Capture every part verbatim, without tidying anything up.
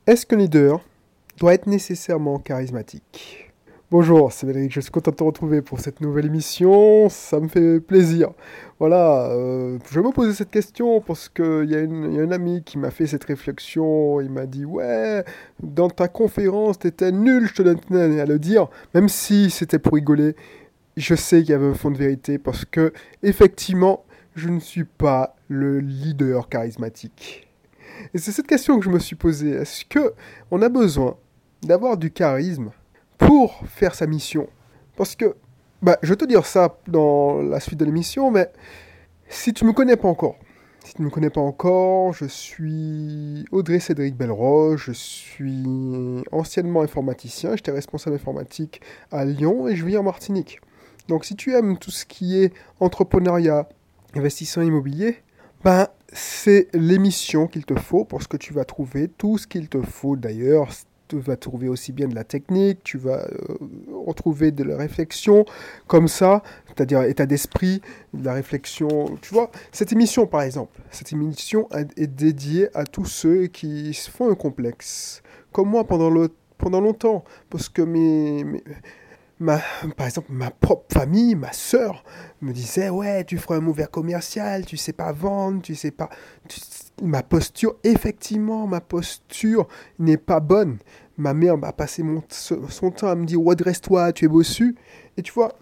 Est-ce qu'un leader doit être nécessairement charismatique? Bonjour, c'est Belric, je suis content de te retrouver pour cette nouvelle émission, ça me fait plaisir. Voilà, euh, je me posais cette question parce qu'il y, a une- y a un ami qui m'a fait cette réflexion, il m'a dit «Ouais, dans ta conférence, t'étais nul, je te tenais à le dire», même si c'était pour rigoler, je sais qu'il y avait un fond de vérité parce que, effectivement, je ne suis pas le leader charismatique. Et c'est cette question que je me suis posée. Est-ce que on a besoin d'avoir du charisme pour faire sa mission? Parce que, bah, je vais te dire ça dans la suite de l'émission, mais si tu me connais pas encore, si tu ne me connais pas encore, je suis Audrey Cédric Belrose, je suis anciennement informaticien, j'étais responsable informatique à Lyon et je vis en Martinique. Donc si tu aimes tout ce qui est entrepreneuriat, investissement immobilier, ben c'est l'émission qu'il te faut parce que tu vas trouver tout ce qu'il te faut d'ailleurs. Tu vas trouver aussi bien de la technique, tu vas euh, retrouver de la réflexion comme ça, c'est-à-dire état d'esprit, de la réflexion. Tu vois, cette émission par exemple, cette émission est dédiée à tous ceux qui se font un complexe, comme moi pendant, le, pendant longtemps, parce que mes, mes, Ma, par exemple, ma propre famille, ma sœur, me disait ouais, tu feras un mauvais commercial, tu sais pas vendre, tu sais pas. Tu- ma posture, effectivement, ma posture n'est pas bonne. Ma mère m'a passé mon, son temps à me dire ouais, dresse-toi, tu es bossu. Et tu vois,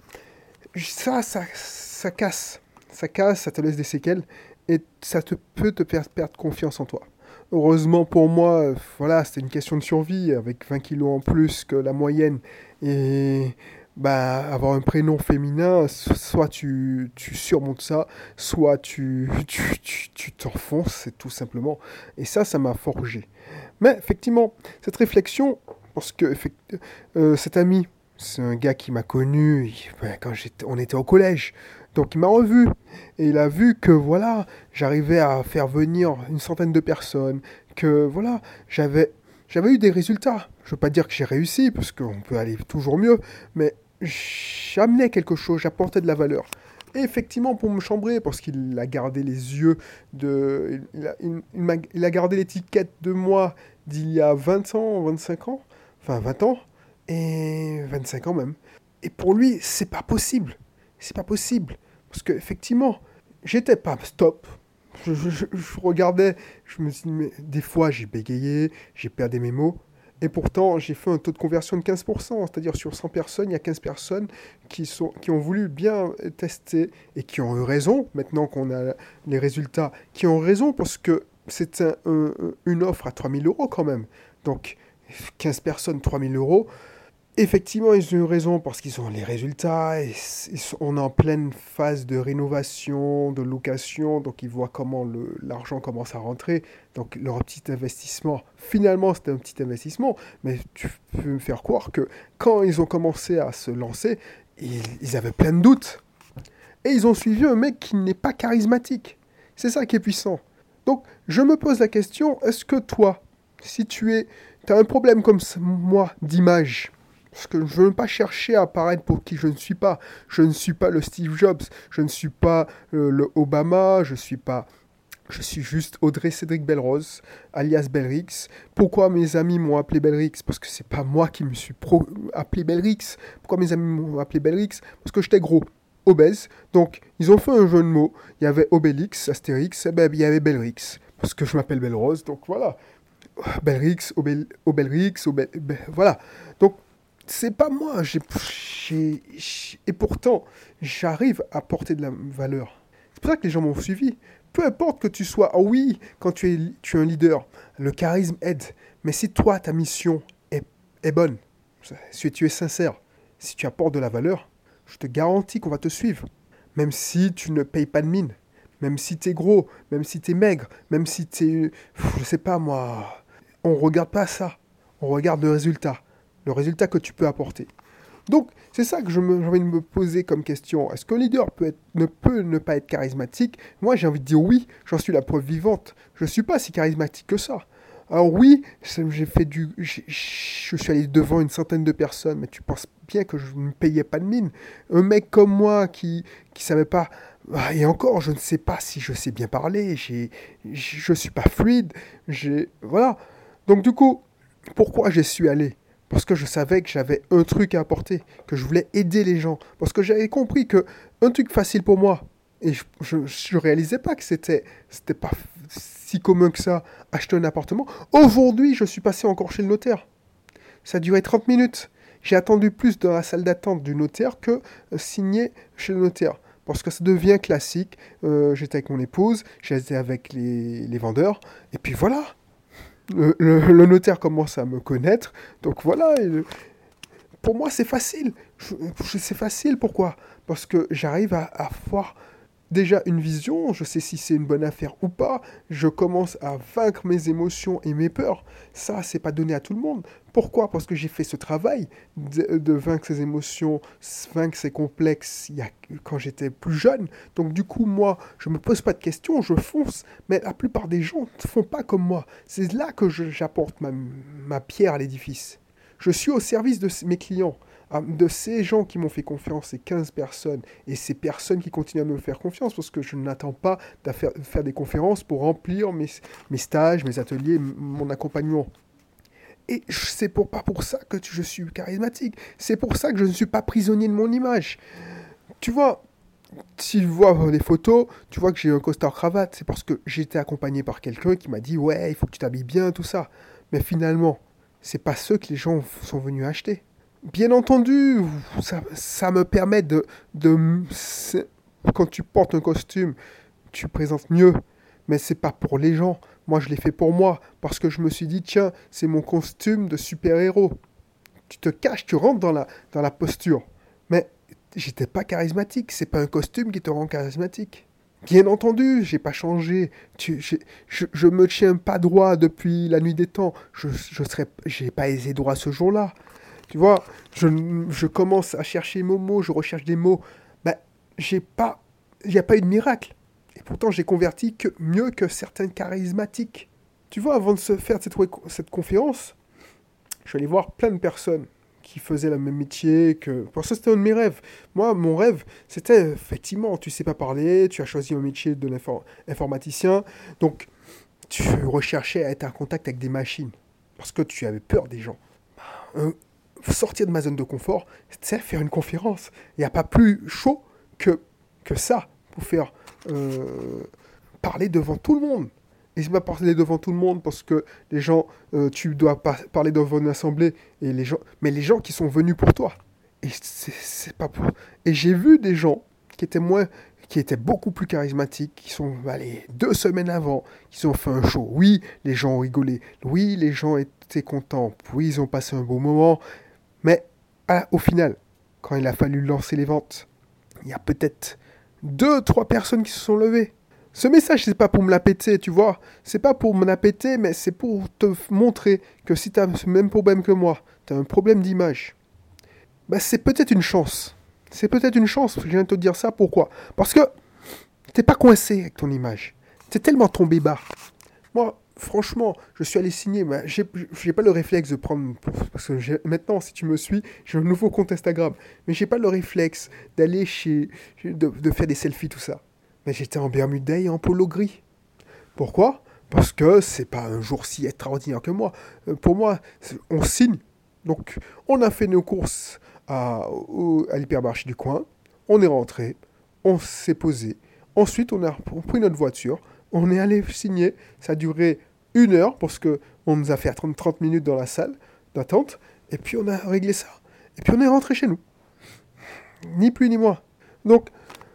ça, ça, ça casse. Ça casse, ça te laisse des séquelles et ça te peut te faire perdre confiance en toi. Heureusement pour moi, euh, voilà, c'était une question de survie avec vingt kilos en plus que la moyenne et bah avoir un prénom féminin, soit tu, tu surmontes ça, soit tu tu, tu, tu t'enfonces, c'est tout simplement. Et ça, ça m'a forgé. Mais effectivement, cette réflexion, parce que effect- euh, cet ami, c'est un gars qui m'a connu il- ben, quand j'étais, on était au collège. Donc il m'a revu et il a vu que voilà, j'arrivais à faire venir une centaine de personnes, que voilà, j'avais j'avais eu des résultats. Je veux pas dire que j'ai réussi parce qu'on peut aller toujours mieux, mais j'amenais quelque chose, j'apportais de la valeur. Et effectivement, pour me chambrer, parce qu'il a gardé les yeux de. Il a, il, il m'a- il a gardé l'étiquette de moi d'il y a vingt ans, vingt-cinq ans, enfin vingt ans, et vingt-cinq ans même. Et pour lui, c'est pas possible. C'est pas possible. Parce que, effectivement, j'étais pas stop. Je, je- je- je regardais, je me suis dit, mais des fois j'ai bégayé, j'ai perdu mes mots. Et pourtant, j'ai fait un taux de conversion de quinze pour cent, c'est-à-dire sur cent personnes, il y a quinze personnes qui, sont, qui ont voulu bien tester et qui ont eu raison, maintenant qu'on a les résultats, qui ont raison parce que c'est un- un- une offre à trois mille euros quand même. Donc, quinze personnes, trois mille euros, effectivement, ils ont eu raison parce qu'ils ont les résultats. Et ils sont- on est en pleine phase de rénovation, de location, donc ils voient comment le- l'argent commence à rentrer. Donc leur petit investissement, finalement c'était un petit investissement, mais tu peux me faire croire que quand ils ont commencé à se lancer, ils, ils avaient plein de doutes. Et ils ont suivi un mec qui n'est pas charismatique. C'est ça qui est puissant. Donc je me pose la question, est-ce que toi, si tu es, as un problème comme moi d'image, parce que je ne veux pas chercher à apparaître pour qui je ne suis pas. Je ne suis pas le Steve Jobs, je ne suis pas euh, le Obama, je suis pas. Je suis juste Audrey Cédric Belrose, alias Belrix. Pourquoi mes amis m'ont appelé Belrix? Parce que c'est pas moi qui me suis pro- appelé Belrix. Pourquoi mes amis m'ont appelé Belrix? Parce que j'étais gros, obèse. Donc ils ont fait un jeu de mots. Il y avait Obélix, Astérix, et ben il y avait Belrix. Parce que je m'appelle Belrose, donc voilà. Belrix, Obel, Obelrix, Obel, Be- voilà. Donc, c'est pas moi. J'ai, j'ai- j'ai- et pourtant, j'arrive à porter de la valeur. C'est pour ça que les gens m'ont suivi. Peu importe que tu sois, ah oui, quand tu es, tu es un leader, le charisme aide. Mais si toi, ta mission est, est bonne, si tu es sincère, si tu apportes de la valeur, je te garantis qu'on va te suivre. Même si tu ne payes pas de mine. Même si tu es gros, même si tu es maigre, même si tu es, je sais pas moi, on regarde pas ça. On regarde le résultat. Le résultat que tu peux apporter. Donc, c'est ça que je me- j'ai envie de me poser comme question. Est-ce qu'un leader peut être, ne peut ne pas être charismatique? Moi, j'ai envie de dire oui. J'en suis la preuve vivante. Je ne suis pas si charismatique que ça. Alors oui, j'ai fait du, j'ai- je suis allé devant une centaine de personnes, mais tu penses bien que je ne payais pas de mine. Un mec comme moi qui qui savait pas, ah, et encore, je ne sais pas si je sais bien parler. J'ai, je suis pas fluide. J'ai, voilà. Donc du coup. Pourquoi j'y suis allé? Parce que je savais que j'avais un truc à apporter, que je voulais aider les gens. Parce que j'avais compris que un truc facile pour moi, et je, je, je réalisais pas que c'était, c'était pas si commun que ça, acheter un appartement. Aujourd'hui, je suis passé encore chez le notaire. Ça a duré trente minutes. J'ai attendu plus dans la salle d'attente du notaire que euh, signer chez le notaire. Parce que ça devient classique. Euh, j'étais avec mon épouse, j'étais avec les, les vendeurs, et puis voilà. Le, le- le notaire commence à me connaître, donc voilà. Et le- pour moi, c'est facile. Je- je- c'est facile, pourquoi? Parce que j'arrive à, à voir déjà une vision, je sais si c'est une bonne affaire ou pas, je commence à vaincre mes émotions et mes peurs. Ça, c'est pas donné à tout le monde. Pourquoi? Parce que j'ai fait ce travail de, de vaincre ces émotions, vaincre ces complexes il y a- quand j'étais plus jeune. Donc du coup, moi, je me pose pas de questions, je fonce. Mais la plupart des gens ne font pas comme moi. C'est là que je- j'apporte ma, ma pierre à l'édifice. Je suis au service de mes clients, ah, de ces gens qui m'ont fait confiance, ces quinze personnes, et ces personnes qui continuent à me faire confiance, parce que je n'attends pas de faire, faire des conférences pour remplir mes, mes stages, mes ateliers, m- mon accompagnement. Et je- c'est pour, pas pour ça que je suis charismatique, c'est pour ça que je ne suis pas prisonnier de mon image. Tu vois, si tu vois les photos, tu vois que j'ai un costard cravate, c'est parce que j'ai été accompagné par quelqu'un qui m'a dit ouais, il faut que tu t'habilles bien, tout ça. Mais finalement, c'est pas ce que les gens sont venus acheter. Bien entendu, ça, ça me permet de, de... Quand tu portes un costume, tu présentes mieux. Mais c'est pas pour les gens. Moi, je l'ai fait pour moi. Parce que je me suis dit, tiens, c'est mon costume de super-héros. Tu te caches, tu rentres dans la, dans la posture. Mais j'étais pas charismatique. C'est pas un costume qui te rend charismatique. Bien entendu, j'ai pas changé. Tu, j'ai- je, je me tiens pas droit depuis la nuit des temps. Je, je serais, j'ai pas aisé droit ce jour-là. Tu vois, je, je commence à chercher mes mots, je recherche des mots. Ben, j'ai pas, il n'y a pas eu de miracle. Et pourtant, j'ai converti que, mieux que certains charismatiques. Tu vois, avant de se faire cette, cette conférence, je suis allé voir plein de personnes qui faisaient le même métier que... Pour ça, c'était un de mes rêves. Moi, mon rêve, c'était effectivement, tu sais pas parler, tu as choisi un métier de l'informaticien, donc tu recherchais à être en contact avec des machines, parce que tu avais peur des gens. Un, sortir de ma zone de confort, c'est faire une conférence. Il n'y a pas plus chaud que, que ça pour faire euh, parler devant tout le monde. Et c'est pas parler devant tout le monde parce que les gens, euh, tu dois pas parler devant une assemblée, et les gens, mais les gens qui sont venus pour toi. Et c'est, c'est pas pour. Et j'ai vu des gens qui étaient moins, qui étaient beaucoup plus charismatiques, qui sont allés deux semaines avant, qui ont fait un show. Oui, les gens ont rigolé. Oui, les gens étaient contents. Oui, ils ont passé un beau moment. Mais ah, au final, quand il a fallu lancer les ventes, il y a peut-être deux, trois personnes qui se sont levées. Ce message, c'est pas pour me la péter, tu vois. C'est pas pour me la péter, mais c'est pour te montrer que si tu as ce même problème que moi, tu as un problème d'image, bah c'est peut-être une chance. C'est peut-être une chance, je viens de te dire ça, pourquoi? Parce que t'es pas coincé avec ton image. T'es tellement tombé bas. Moi, franchement, je suis allé signer, mais j'ai, j'ai pas le réflexe de prendre... Parce que j'ai- maintenant, si tu me suis, j'ai un nouveau compte Instagram. Mais j'ai pas le réflexe d'aller chez... De, de faire des selfies, tout ça. Mais j'étais en Bermuda et en polo gris. Pourquoi? Parce que c'est pas un jour si extraordinaire que moi. Euh, Pour moi, c'est- on signe. Donc, on a fait nos courses à, au- à l'hypermarché du coin. On est rentré. On s'est posé. Ensuite, on a pris notre voiture. On est allé signer. Ça a duré une heure parce que on nous a fait attendre trente minutes dans la salle d'attente. Et puis, on a réglé ça. Et puis, on est rentré chez nous. Ni plus ni moins. Donc,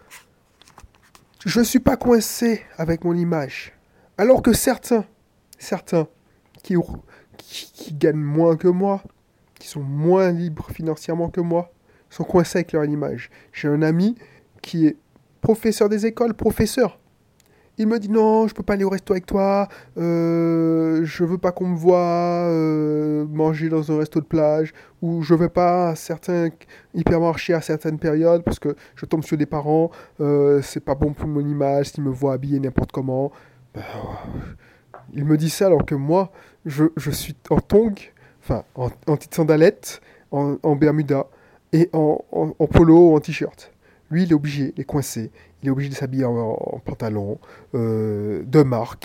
je ne suis pas coincé avec mon image. Alors que certains, certains qui, qui, qui gagnent moins que moi, qui sont moins libres financièrement que moi, sont coincés avec leur image. J'ai un ami qui est professeur des écoles, professeur. Il me dit non, je peux pas aller au resto avec toi, euh, je veux pas qu'on me voie euh, manger dans un resto de plage, ou je vais pas à certains hypermarchés à certaines périodes parce que je tombe sur des parents, euh, c'est pas bon pour mon image s'ils me voient habillé n'importe comment. Ben, il me dit ça alors que moi, je, je suis en tongs, enfin en, en petite sandalette, en, en bermuda, et en, en, en polo ou en t-shirt. Lui, il est obligé, il est coincé, il est obligé de s'habiller en, en pantalon, euh, de marque,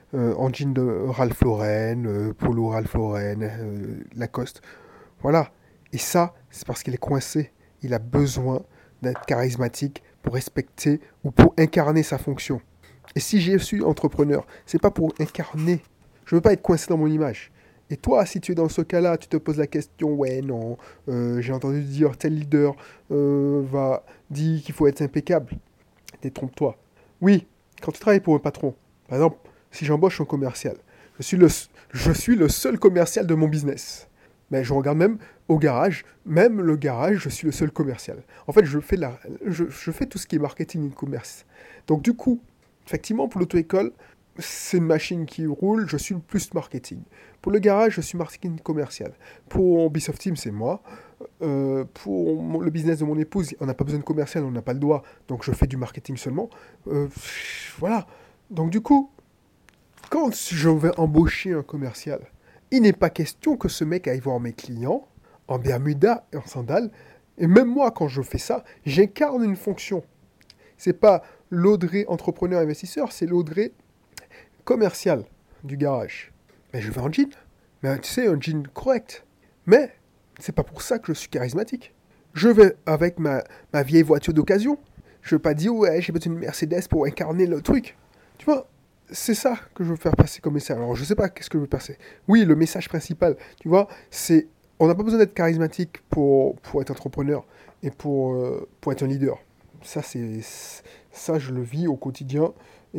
euh, en jean de Ralph Lauren, euh, polo Ralph Lauren, euh, Lacoste. Voilà. Et ça, c'est parce qu'il est coincé. Il a besoin d'être charismatique pour respecter ou pour incarner sa fonction. Et si je suis entrepreneur, c'est pas pour incarner. Je veux pas être coincé dans mon image. Et toi, si tu es dans ce cas-là, tu te poses la question, ouais, non, euh, j'ai entendu dire tel leader euh, va dire qu'il faut être impeccable. Détrompe-toi. Oui, quand tu travailles pour un patron, par exemple, si j'embauche un commercial, je suis le, je suis le seul commercial de mon business. Mais je regarde même au garage, même le garage, je suis le seul commercial. En fait, je fais, la, je, je fais tout ce qui est marketing et commerce. Donc du coup, effectivement, pour l'auto-école, c'est une machine qui roule, je suis le plus marketing. Pour le garage, je suis marketing commercial. Pour Ubisoft Team, c'est moi. Euh, pour mon- le business de mon épouse, on n'a pas besoin de commercial, on n'a pas le doigt, donc je fais du marketing seulement. Euh, voilà. Donc du coup, quand je vais embaucher un commercial, il n'est pas question que ce mec aille voir mes clients en Bermuda et en sandales. Et même moi, quand je fais ça, j'incarne une fonction. C'est pas l'Audrey entrepreneur investisseur, c'est l'Audrey commercial du garage. Mais je vais en jean. Mais tu sais, un jean correct. Mais c'est pas pour ça que je suis charismatique. Je vais avec ma, ma vieille voiture d'occasion. Je veux pas dire, ouais, j'ai besoin d'une Mercedes pour incarner le truc. Tu vois, c'est ça que je veux faire passer comme message. Alors, je sais pas qu'est-ce que je veux passer. Oui, le message principal, tu vois, c'est on n'a pas besoin d'être charismatique pour, pour être entrepreneur et pour, euh, pour être un leader. Ça, c'est ça, je le vis au quotidien.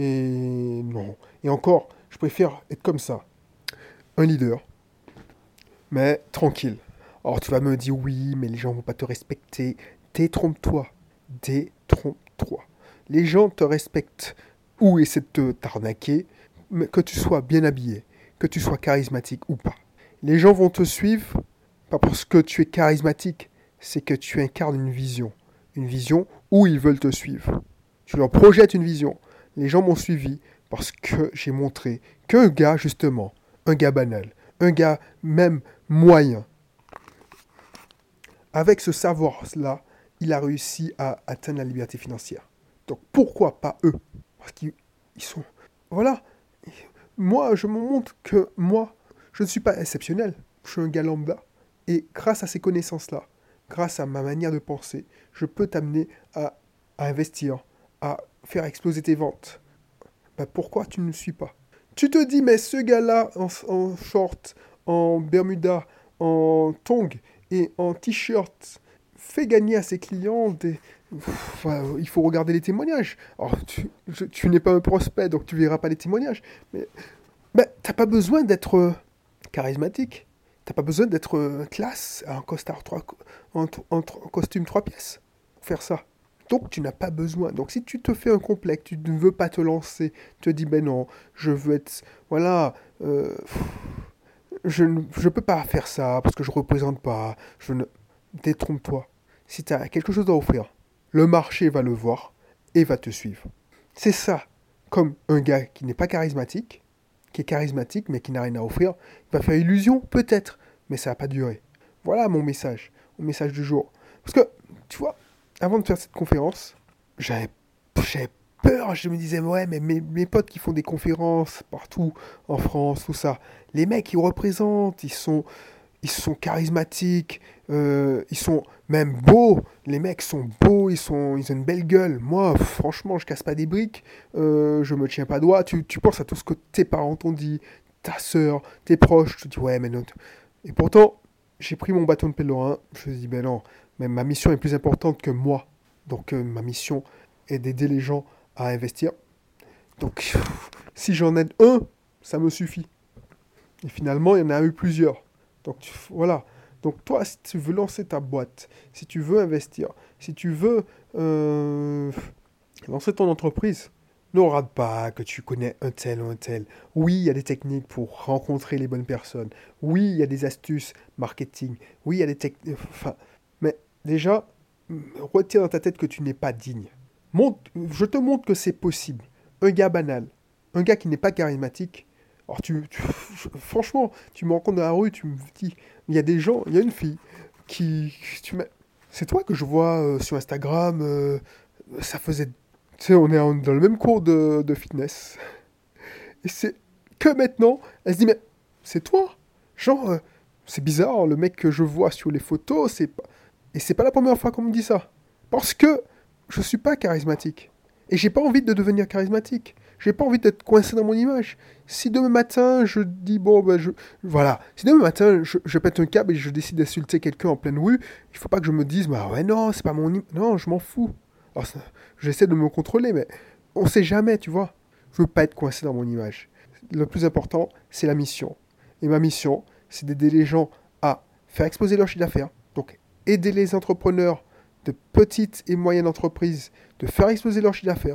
Et non. Et encore, je préfère être comme ça. Un leader, mais tranquille. Alors tu vas me dire oui, mais les gens vont pas te respecter. Détrompe-toi. Détrompe-toi. Les gens te respectent ou essaient de te t'arnaquer, mais que tu sois bien habillé, que tu sois charismatique ou pas. Les gens vont te suivre pas parce que tu es charismatique, c'est que tu incarnes une vision. Une vision où ils veulent te suivre. Tu leur projettes une vision. Les gens m'ont suivi parce que j'ai montré qu'un gars, justement, un gars banal, un gars même moyen, avec ce savoir-là, il a réussi à atteindre la liberté financière. Donc pourquoi pas eux? Parce qu'ils sont... Voilà. Moi, je me montre que moi, je ne suis pas exceptionnel. Je suis un gars lambda. Et grâce à ces connaissances-là, grâce à ma manière de penser, je peux t'amener à, à investir, à faire exploser tes ventes. Bah pourquoi tu ne le suis pas? Tu te dis, mais ce gars-là, en, en short, en bermuda, en tongs et en t-shirt, fait gagner à ses clients des... Enfin, il faut regarder les témoignages. Alors, tu, je- tu n'es pas un prospect, donc tu verras pas les témoignages. Mais, mais t'as pas besoin d'être euh, charismatique. T'as pas besoin d'être euh, classe, en costard trois, en, en- en costume trois pièces pour faire ça. Donc tu n'as pas besoin. Donc si tu te fais un complexe, tu ne veux pas te lancer, tu te dis ben non, je veux être, voilà, euh, je ne je peux pas faire ça parce que je représente pas. Je ne détrompe-toi. Si tu as quelque chose à offrir, le marché va le voir et va te suivre. C'est ça. Comme un gars qui n'est pas charismatique, qui est charismatique mais qui n'a rien à offrir, il va faire illusion peut-être, mais ça va pas durer. Voilà mon message, mon message du jour. Parce que tu vois, avant de faire cette conférence, j'avais j'avais peur, je me disais, ouais, mais mes, mes potes qui font des conférences partout en France, tout ça, les mecs, ils représentent, ils sont, ils sont charismatiques, euh, ils sont même beaux, les mecs sont beaux, ils, sont, ils ont une belle gueule. Moi, franchement, je casse pas des briques, euh, je me tiens pas droit, tu, tu penses à tout ce que tes parents t'ont dit, ta sœur, tes proches, tu te dis, ouais, mais non. Et pourtant, j'ai pris mon bâton de pèlerin, je me dis, ben non, mais ma mission est plus importante que moi. Donc, euh, ma mission est d'aider les gens à investir. Donc, si j'en aide un, ça me suffit. Et finalement, il y en a eu plusieurs. Donc, tu- voilà. Donc, toi, si tu veux lancer ta boîte, si tu veux investir, si tu veux euh, lancer ton entreprise, ne rate pas que tu connais un tel ou un tel. Oui, il y a des techniques pour rencontrer les bonnes personnes. Oui, il y a des astuces marketing. Oui, il y a des techniques. Enfin, mais déjà, retire dans ta tête que tu n'es pas digne. Montre, je te montre que c'est possible. Un gars banal, un gars qui n'est pas charismatique. Alors tu, tu- franchement, tu me rencontres dans la rue, tu me dis, il y a des gens, il y a une fille qui, tu m'as- c'est toi que je vois euh, sur Instagram. Euh, ça faisait, tu sais, on est en- dans le même cours de, de fitness. Et c'est, que maintenant, elle se dit, mais c'est toi? Genre, euh, c'est bizarre, le mec que je vois sur les photos, c'est pas... Et c'est pas la première fois qu'on me dit ça. Parce que je suis pas charismatique. Et j'ai pas envie de devenir charismatique. J'ai pas envie d'être coincé dans mon image. Si demain matin, je dis, bon, ben, je... Voilà. Si demain matin, je, je pète un câble et je décide d'insulter quelqu'un en pleine rue, il faut pas que je me dise, bah ouais, non, c'est pas mon... im- Non, je m'en fous. Alors, ça- j'essaie de me contrôler, mais on sait jamais, tu vois. Je veux pas être coincé dans mon image. Le plus important, c'est la mission. Et ma mission, c'est d'aider les gens à faire exploser leur chiffre d'affaires. Donc, aider les entrepreneurs de petites et moyennes entreprises de faire exploser leur chiffre d'affaires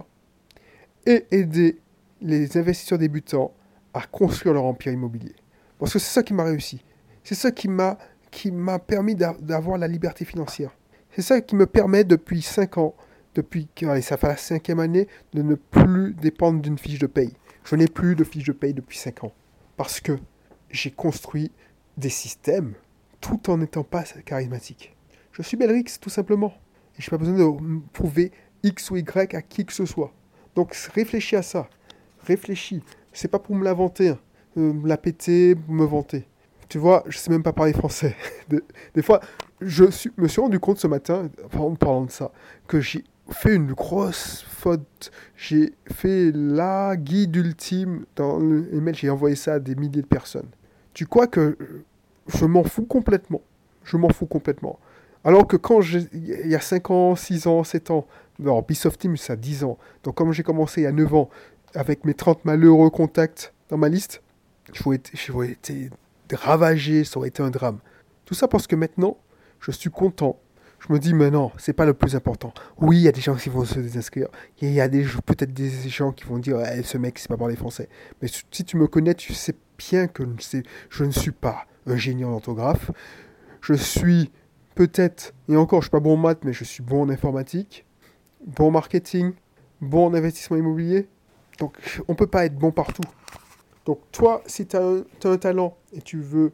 et aider les investisseurs débutants à construire leur empire immobilier. Parce que c'est ça qui m'a réussi. C'est ça qui m'a, qui m'a permis d'a- d'avoir la liberté financière. C'est ça qui me permet depuis cinq ans, depuis allez, ça fait la cinquième année, de ne plus dépendre d'une fiche de paye. Je n'ai plus de fiche de paye depuis cinq ans. Parce que j'ai construit des systèmes tout en n'étant pas charismatique. Je suis Belrix, tout simplement. Et je n'ai pas besoin de prouver X ou Y à qui que ce soit. Donc réfléchis à ça. Réfléchis. C'est pas pour me l'inventer, hein. Euh, me la péter, me vanter. Tu vois, je sais même pas parler français. De- des fois, je suis- me suis rendu compte ce matin, en parlant de ça, que j'ai fait une grosse faute. J'ai fait la guide ultime dans le email. J'ai envoyé ça à des milliers de personnes. Tu crois que je m'en fous complètement. Je m'en fous complètement. Alors que quand j'ai, il y a cinq ans, six ans, sept ans, alors Ubisoft Team, ça a dix ans. Donc comme j'ai commencé il y a neuf ans, avec mes trente malheureux contacts dans ma liste, j'aurais été, j'aurais été ravagé, ça aurait été un drame. Tout ça parce que maintenant, je suis content. Je me dis, mais non, c'est pas le plus important. Oui, il y a des gens qui vont se désinscrire. Il y a des, peut-être des gens qui vont dire, eh, ce mec, c'est pas parler français. Mais si tu me connais, tu sais bien que je, je ne suis pas un génie en orthographe. Je suis peut-être, et encore, je suis pas bon en maths, mais je suis bon en informatique, bon en marketing, bon en investissement immobilier. Donc, on peut pas être bon partout. Donc, toi, si tu as un, t'as un talent et tu veux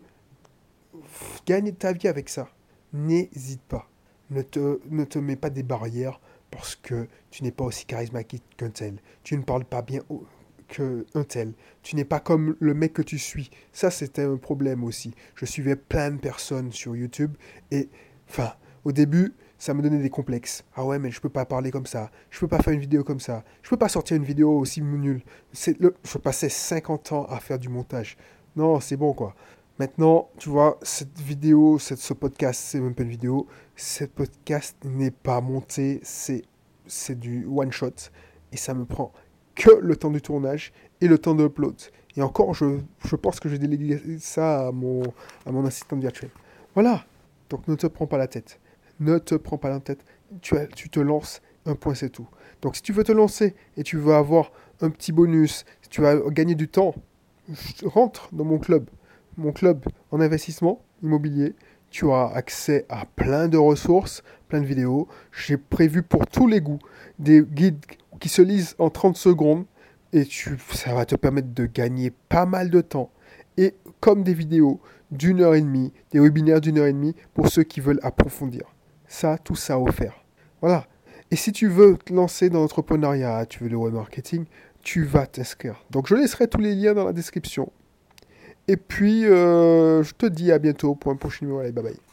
gagner ta vie avec ça, n'hésite pas. Ne te, ne te mets pas des barrières parce que tu n'es pas aussi charismatique qu'un tel. Tu ne parles pas bien qu'un tel. Tu n'es pas comme le mec que tu suis. Ça, c'était un problème aussi. Je suivais plein de personnes sur YouTube et, enfin, au début, ça me donnait des complexes. Ah ouais, mais je peux pas parler comme ça. Je peux pas faire une vidéo comme ça. Je peux pas sortir une vidéo aussi nulle. C'est le... Je passais cinquante ans à faire du montage. Non, c'est bon, quoi. Maintenant, tu vois, cette vidéo, cette, ce podcast, c'est même pas une vidéo. Ce podcast n'est pas monté, c'est, c'est du one shot. Et ça me prend que le temps du tournage et le temps de upload. Et encore, je, je pense que je vais déléguer ça à mon, à mon assistant virtuel. Voilà. Donc ne te prends pas la tête. Ne te prends pas la tête. Tu, as, tu te lances, un point c'est tout. Donc si tu veux te lancer et tu veux avoir un petit bonus, si tu vas gagner du temps, rentre dans mon club. Mon club en investissement immobilier. Tu auras accès à plein de ressources, plein de vidéos. J'ai prévu pour tous les goûts des guides qui se lisent en trente secondes et tu, ça va te permettre de gagner pas mal de temps. Et comme des vidéos d'une heure et demie, des webinaires d'une heure et demie pour ceux qui veulent approfondir. Ça, tout ça offert. Voilà. Et si tu veux te lancer dans l'entrepreneuriat, tu veux le web marketing, tu vas t'inscrire. Donc je laisserai tous les liens dans la description. Et puis, euh, je te dis à bientôt pour un prochain numéro. Allez, bye bye.